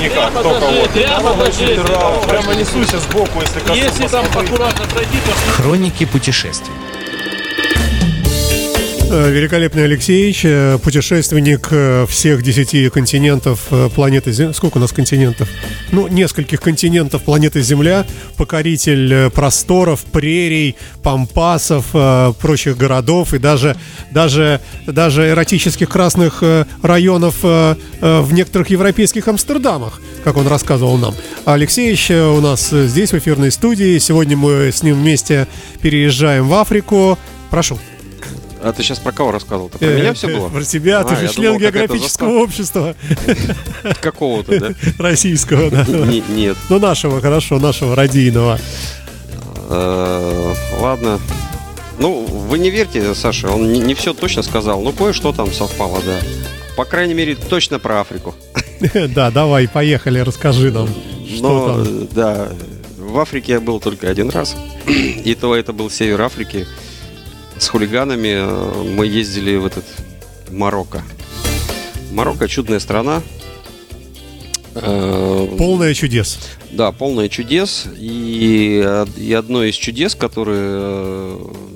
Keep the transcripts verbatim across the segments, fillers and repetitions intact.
никак, только вот. Прямо несуся сбоку, если коснусь. Если там аккуратно пройти, то... Хроники путешествий. Великолепный Алексеевич, путешественник всех десяти континентов планеты Земля. Сколько у нас континентов? Ну, нескольких континентов планеты Земля. Покоритель просторов, прерий, пампасов, прочих городов и даже, даже, даже эротических красных районов в некоторых европейских Амстердамах, как он рассказывал нам. Алексеевич у нас здесь, в эфирной студии. Сегодня мы с ним вместе переезжаем в Африку. Прошу. А ты сейчас про кого рассказывал? Про э, меня все было? Про тебя, а, ты же член думал, географического общества. Какого-то, да? Российского, да. Нет. Ну, нашего, хорошо, нашего радийного. Ладно. Ну, вы не верьте, Саша, он не все точно сказал, но кое-что там совпало, да. По крайней мере, точно про Африку. Да, давай, поехали, расскажи нам, что там. Да, в Африке я был только один раз. И то это был север Африки. С хулиганами мы ездили в этот Марокко. Марокко чудная страна. Полная чудес. Да, полная чудес. И, и одно из чудес, которые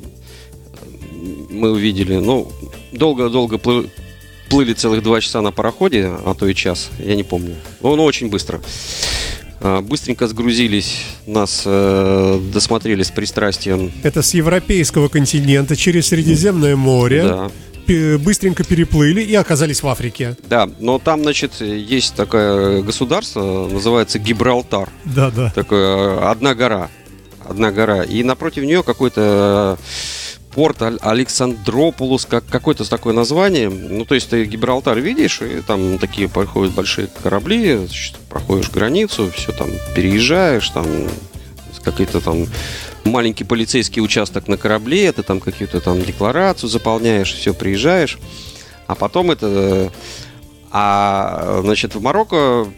мы увидели, ну, долго-долго плыли, плыли целых два часа на пароходе, а то и час, я не помню. Но ну, очень быстро. Быстренько сгрузились, нас э, досмотрели с пристрастием. Это с европейского континента через Средиземное море. Да. П- быстренько переплыли и оказались в Африке. Да, но там, значит, есть такое государство, называется Гибралтар. Да, да. Такое, одна гора. Одна гора. И напротив нее какой-то порт Александрополус, как, какое-то такое название. Ну, то есть ты Гибралтар видишь, и там такие проходят большие корабли, значит, проходишь границу, все там переезжаешь, там какой-то там маленький полицейский участок на корабле, ты там какую-то там декларацию заполняешь, все, приезжаешь. А потом это... А, значит, в Марокко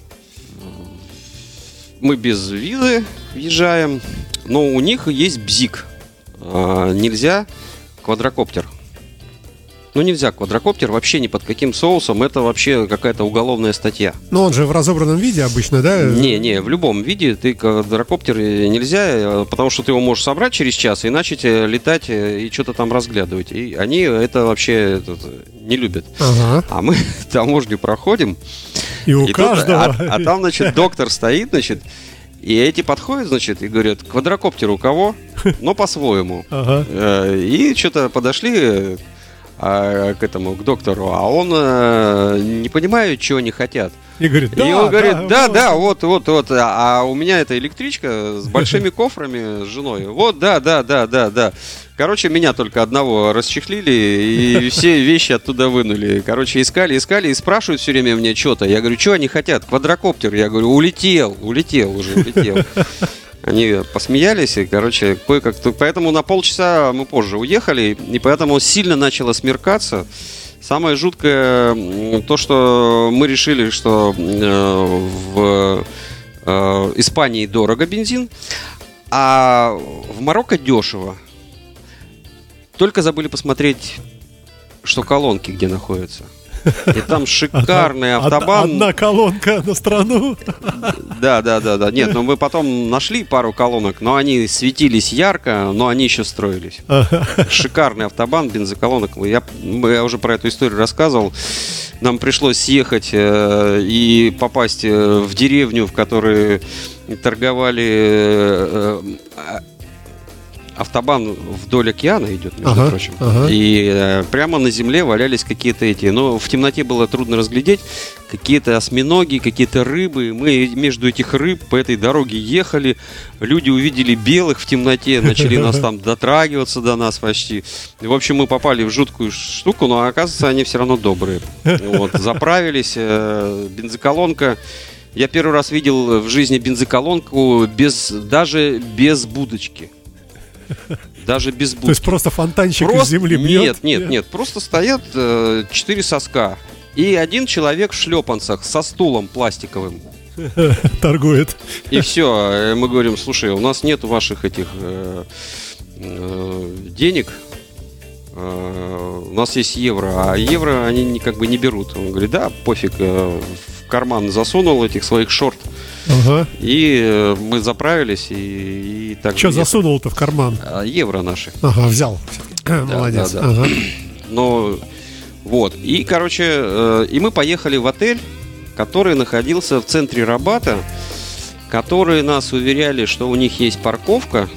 мы без визы въезжаем, но у них есть бзик. А, нельзя квадрокоптер. Ну, нельзя квадрокоптер вообще ни под каким соусом. Это вообще какая-то уголовная статья. Но он же в разобранном виде обычно, да? Не, не, в любом виде ты квадрокоптер нельзя, потому что ты его можешь собрать через час и начать летать и что-то там разглядывать. И они это вообще это, не любят. Ага. А мы таможню проходим. И у и каждого. Тут, а, а там, значит, доктор стоит, значит, и эти подходят, значит, и говорят, квадрокоптер у кого? Но по-своему. Ага. И что-то подошли а, к этому, к доктору, а он а, не понимает, чего они хотят. И говорит, да, и он говорит, да, да, вот. да, вот, вот, вот, а у меня эта электричка с большими кофрами с женой. Вот, да, да, да, да, да. Короче, меня только одного расчехлили и все вещи оттуда вынули. Короче, искали, искали и спрашивают все время мне что-то. Я говорю, что они хотят? Квадрокоптер. Я говорю, улетел, улетел уже, улетел. Они посмеялись, и, короче, кое-как... Поэтому на полчаса мы позже уехали, и поэтому сильно начало смеркаться. Самое жуткое то, что мы решили, что в Испании дорого бензин, а в Марокко дешево. Только забыли посмотреть, что колонки где находятся. И там шикарный автобан. Одна колонка на страну. Да, да, да, да. Нет, но мы потом нашли пару колонок, но они светились ярко, но они еще строились. Шикарный автобан, бензоколонок. Я, я уже про эту историю рассказывал. Нам пришлось съехать э, и попасть в деревню, в которой торговали... Э, э, автобан вдоль океана идет, между ага, прочим. Ага. И э, прямо на земле валялись какие-то эти... Но в темноте было трудно разглядеть. Какие-то осьминоги, какие-то рыбы. Мы между этих рыб по этой дороге ехали. Люди увидели белых в темноте, начали нас там дотрагиваться до нас почти. И, в общем, мы попали в жуткую штуку, но, оказывается, они все равно добрые. Вот, заправились. Э, бензоколонка. Я первый раз видел в жизни бензоколонку без, даже без будочки. Даже без будки. То есть просто фонтанчик просто... из земли бьет? Нет, нет, нет. Просто стоят э, четыре соска. И один человек в шлепанцах со стулом пластиковым. Торгует. И все. Мы говорим, слушай, у нас нет ваших этих э, э, денег. э, у нас есть евро, а евро они как бы не берут. Он говорит, да, пофиг, э, в карман засунул этих своих шорт. Ага. И э, мы заправились и, и так. Что засунул-то в карман? А, евро наши. Ага, взял. Да, Молодец. да, да. Ага. Но вот. И, короче, э, и мы поехали в отель, который находился в центре Рабата, которые нас уверяли, что у них есть парковка.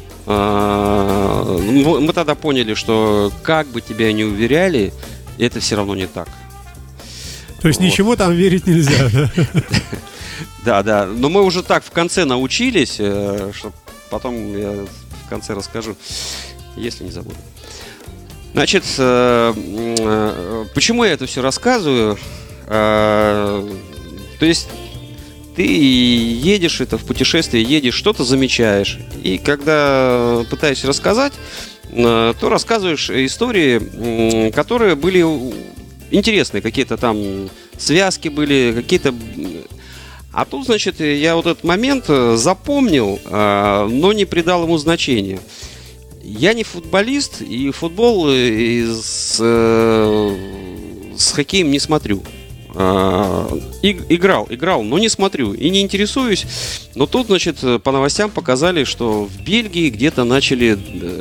А, мы, мы тогда поняли, что как бы тебя ни уверяли, это все равно не так. То есть Вот. ничему там верить нельзя, да? Да, да. Но мы уже так в конце научились, э, что потом я в конце расскажу, если не забуду. Значит, э, э, почему я это все рассказываю? Э, то есть ты едешь это в путешествие, едешь, что-то замечаешь. И когда пытаешься рассказать, э, то рассказываешь истории, э, которые были интересные. Какие-то там связки были, какие-то... А тут, значит, я вот этот момент запомнил, но не придал ему значения. Я не футболист, и футбол с, с хоккеем не смотрю. И, играл, играл, но не смотрю и не интересуюсь. Но тут, значит, по новостям показали, что в Бельгии где-то начали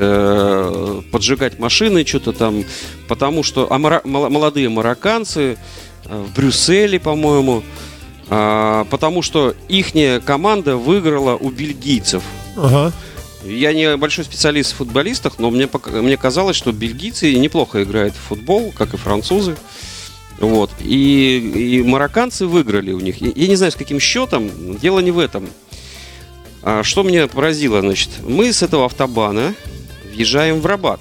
э, поджигать машины, что-то там, потому что а мара, молодые марокканцы в Брюсселе, по-моему, э, потому что ихняя команда выиграла у бельгийцев. Ага. Я не большой специалист в футболистах, но мне, мне казалось, что бельгийцы неплохо играют в футбол, как и французы. Вот. И, и марокканцы выиграли у них. Я не знаю, с каким счетом, дело не в этом. А что меня поразило, значит, мы с этого автобана въезжаем в Рабат.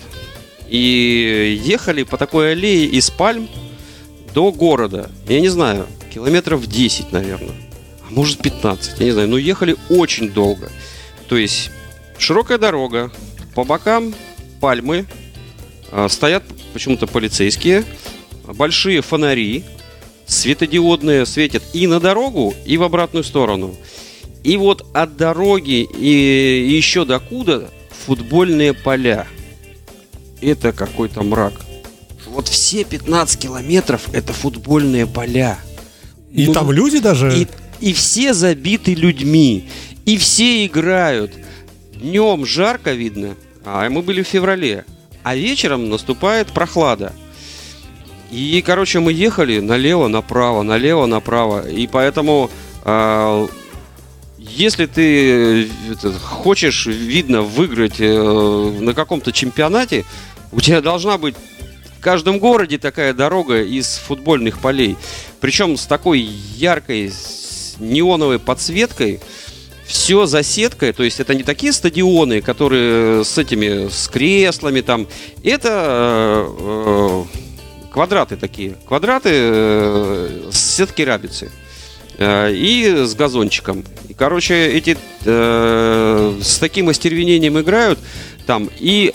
И ехали по такой аллее из пальм до города. Я не знаю, километров десять, наверное. А может пятнадцать, я не знаю. Но ехали очень долго. То есть широкая дорога, по бокам пальмы, стоят почему-то полицейские, большие фонари, светодиодные, светят и на дорогу, и в обратную сторону. И вот от дороги и еще докуда футбольные поля. Это какой-то мрак. Вот все пятнадцать километров это футбольные поля. И ну, там люди даже? И, и все забиты людьми. И все играют. Днем жарко видно, а мы были в феврале. А вечером наступает прохлада. И, короче, мы ехали налево, направо, налево, направо. И поэтому, э, если ты это, хочешь, видно, выиграть э, на каком-то чемпионате, у тебя должна быть в каждом городе такая дорога из футбольных полей. Причем с такой яркой, с неоновой подсветкой. Все за сеткой, то есть это не такие стадионы, которые с этими, с креслами там. Это... Э, э, Квадраты такие. Квадраты э, с сетки рабицы. Э, и с газончиком. И, короче, эти э, с таким остервенением играют там и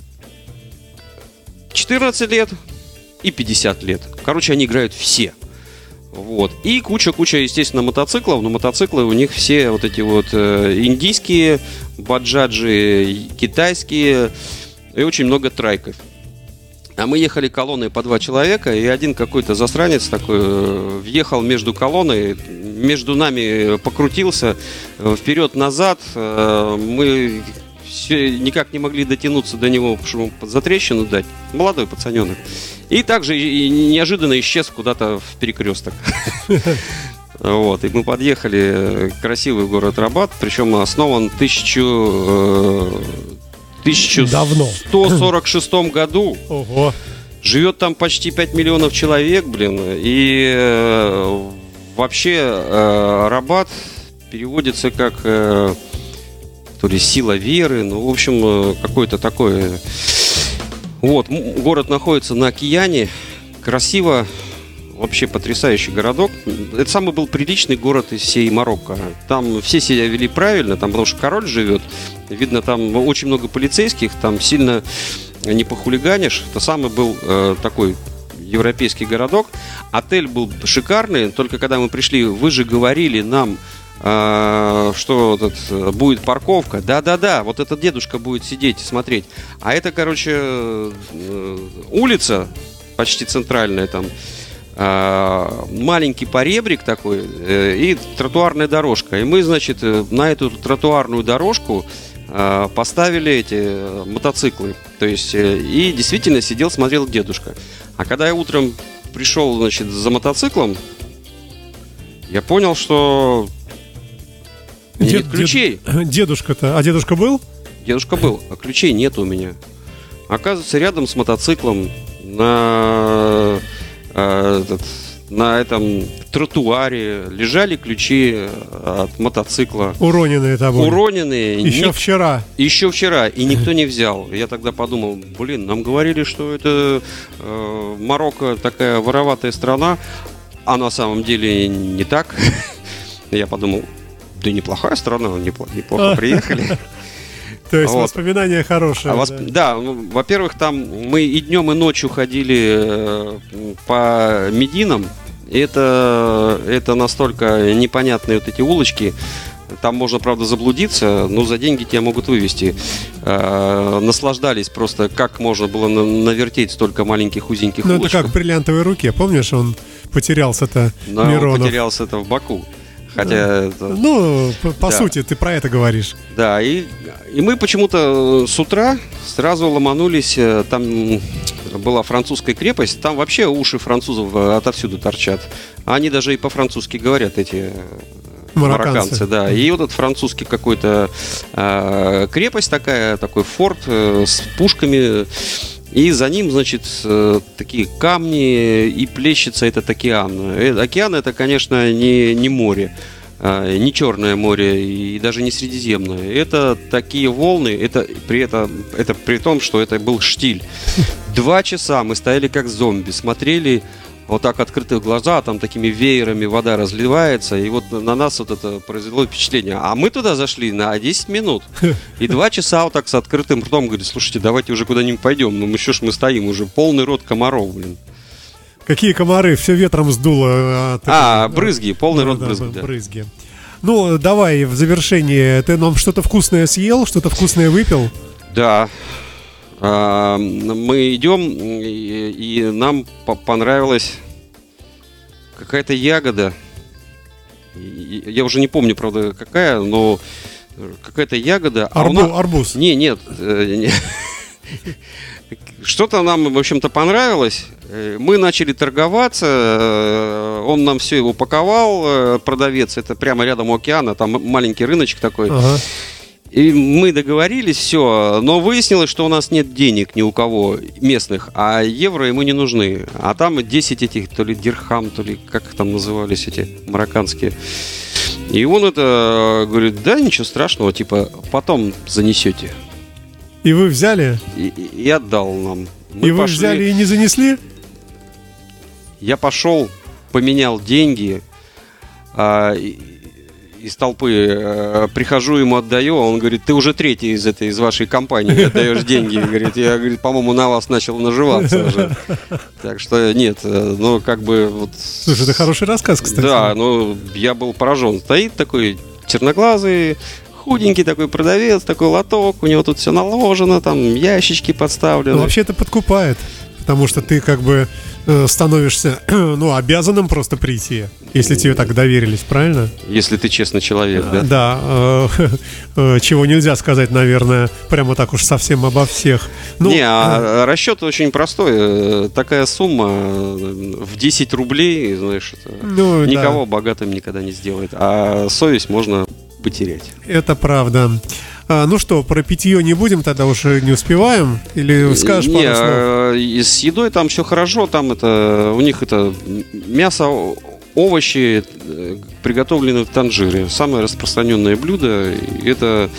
четырнадцать лет, и пятьдесят лет. Короче, они играют все. Вот. И куча-куча, естественно, мотоциклов. Но мотоциклы у них все вот эти вот э, индийские, баджаджи, китайские. И очень много трайков. А мы ехали колонной по два человека, и один какой-то засранец такой въехал между колонной, между нами покрутился вперед-назад. Мы все никак не могли дотянуться до него, чтобы за трещину дать. Молодой пацаненок. И также и неожиданно исчез куда-то в перекресток. Вот, и мы подъехали. Красивый город Рабат, причем основан тысячу... тысяча сто сорок шестом году. Ого. Живет там почти пять миллионов человек, блин. И э, вообще э, Рабат переводится как э, то ли сила веры, ну, в общем, э, какой-то такой. Вот, город находится на океане. Красиво. Вообще потрясающий городок. Это самый был приличный город из всей Марокко. Там все себя вели правильно, там, потому что король живет. Видно, там очень много полицейских, там сильно не похулиганишь. Это самый был э, такой европейский городок. Отель был шикарный, только когда мы пришли, вы же говорили нам, а, что вот это, будет парковка. Да-да-да, вот этот дедушка будет сидеть и смотреть. А это, короче, улица почти центральная там. Маленький поребрик такой и тротуарная дорожка. И мы, значит, на эту тротуарную дорожку поставили эти мотоциклы. То есть, и действительно сидел, смотрел дедушка. А когда я утром пришел, значит, за мотоциклом, я понял, что Дед, нет ключей. Дед, дедушка-то, а дедушка был? Дедушка был, а ключей нет у меня. Оказывается, рядом с мотоциклом на, э, этот, на этом тротуаре лежали ключи от мотоцикла. Уроненные тобой. Уроненные. Еще Ник... вчера. Еще вчера. И никто не взял. Я тогда подумал, блин, нам говорили, что это э, Марокко такая вороватая страна, а на самом деле не так. Я подумал, да неплохая страна, неплохо, неплохо приехали. То есть вот. Воспоминания хорошие. А восп... Да, да ну, во-первых, там мы и днем, и ночью ходили э, по Мединам. Это, это настолько непонятные вот эти улочки. Там можно, правда, заблудиться, но за деньги тебя могут вывести. Э, наслаждались просто, как можно было на- навертеть столько маленьких узеньких ну, улочек. это как в бриллиантовой руке, помнишь, он потерялся-то, Но он Миронов. потерялся-то в Баку. Хотя Да. это... Ну, по, по Да. сути, ты про это говоришь. Да, и, и мы почему-то с утра сразу ломанулись. Там была французская крепость, там вообще уши французов отовсюду торчат. Они даже и по-французски говорят, эти Марокканцы. марокканцы, да. И вот этот французский какой-то э, крепость такая, такой форт э, с пушками. И за ним, значит, э, такие камни, и плещется этот океан. Э, океан это, конечно, не, не море. Не Черное море и даже не Средиземное. Это такие волны, это при, этом, это при том, что это был штиль. Два часа мы стояли как зомби, смотрели вот так открытые глаза, там такими веерами вода разливается, и вот на нас вот это произвело впечатление. А мы туда зашли на десять минут. И два часа вот так с открытым ртом говорили, слушайте, давайте уже куда-нибудь пойдем. Ну мы что ж мы стоим, уже полный рот комаров, блин. Какие комары, все ветром сдуло. А, ты- А, брызги, полный Да, рот да, брызг, да, да. брызги. Ну, давай в завершение. Ты нам что-то вкусное съел, что-то вкусное выпил? Да. А, мы идем, и, и нам по- понравилась какая-то ягода. И- и- Я уже не помню, правда, какая, но какая-то ягода. А у Арбу- нас- Арбуз. Не, нет. э, не. Что-то нам, в общем-то, понравилось. Э, Мы начали торговаться. э, Он нам все его упаковал, э, продавец. Это прямо рядом у океана. Там маленький рыночек такой. Ага. И мы договорились, все, но выяснилось, что у нас нет денег ни у кого местных, а евро ему не нужны. А там десять этих, то ли дирхам, то ли как их там назывались эти марокканские. И он это говорит, да ничего страшного, типа потом занесете. И вы взяли? И, и- и отдал нам. Мы и вы пошли. взяли и не занесли? Я пошел, поменял деньги, а, и- из толпы, э, прихожу, ему отдаю, а он говорит, ты уже третий из этой, из вашей компании отдаешь деньги. Говорит, я, говорит, по-моему, на вас начал наживаться уже. Так что нет, э, ну как бы вот. Слушай, это хороший рассказ, кстати. Да, ну я был поражен. Стоит такой черноглазый, худенький такой продавец, такой лоток, у него тут все наложено, там ящички подставлены. Ну, вообще это подкупает, потому что ты как бы э, становишься, ну, обязанным просто прийти, если тебе так доверились, правильно? Если ты честный человек, да. Да, э, э, чего нельзя сказать, наверное, прямо так уж совсем обо всех. Ну, Не, а расчет очень простой. Э, Такая сумма э, в десять рублей, знаешь, это ну, да, никого богатым никогда не сделает. А совесть можно потерять. это правда. А, ну что, про питье не будем, тогда уже не успеваем? Или скажешь Не, пару слов? э, и с едой там все хорошо, там это у них это мясо, о- овощи э, приготовлены в танжире. Самое распространенное блюдо это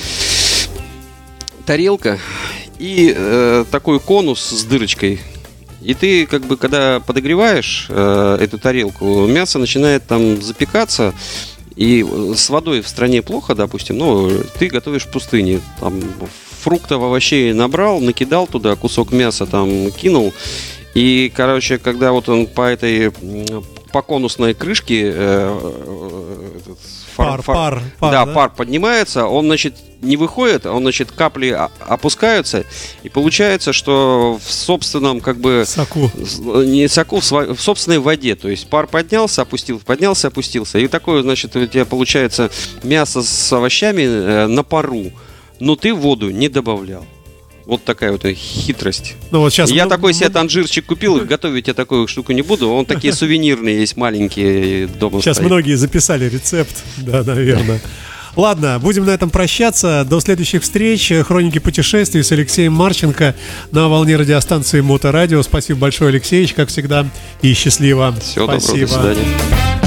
тарелка и э, такой конус с дырочкой. И ты как бы когда подогреваешь э, эту тарелку, мясо начинает там запекаться. И с водой в стране плохо, допустим, но ты готовишь в пустыне. Там фруктов, овощей набрал, накидал туда, кусок мяса там кинул. И, короче, когда вот он по этой, м, по конусной крышке э, этот Пар, пар, пар, да, да? пар поднимается, он, значит, не выходит, он, значит, капли о- опускаются, и получается, что в собственном, как бы... Соку. Не соку, в, сво- в собственной воде. То есть пар поднялся, опустился, поднялся, опустился. И такое, значит, у тебя получается мясо с овощами э, на пару. Но ты воду не добавлял. Вот такая вот хитрость. Ну, вот сейчас Я мы- такой себе мы- танжирчик купил, готовить я такую штуку не буду. Он такие сувенирные есть, маленькие дома Сейчас стоят. многие записали рецепт. Да, наверное. Ладно, будем на этом прощаться. До следующих встреч. Хроники путешествий с Алексеем Марченко на волне радиостанции Моторадио. Спасибо большое, Алексеевич, как всегда. И счастливо. Всего доброго, Спасибо. до свидания.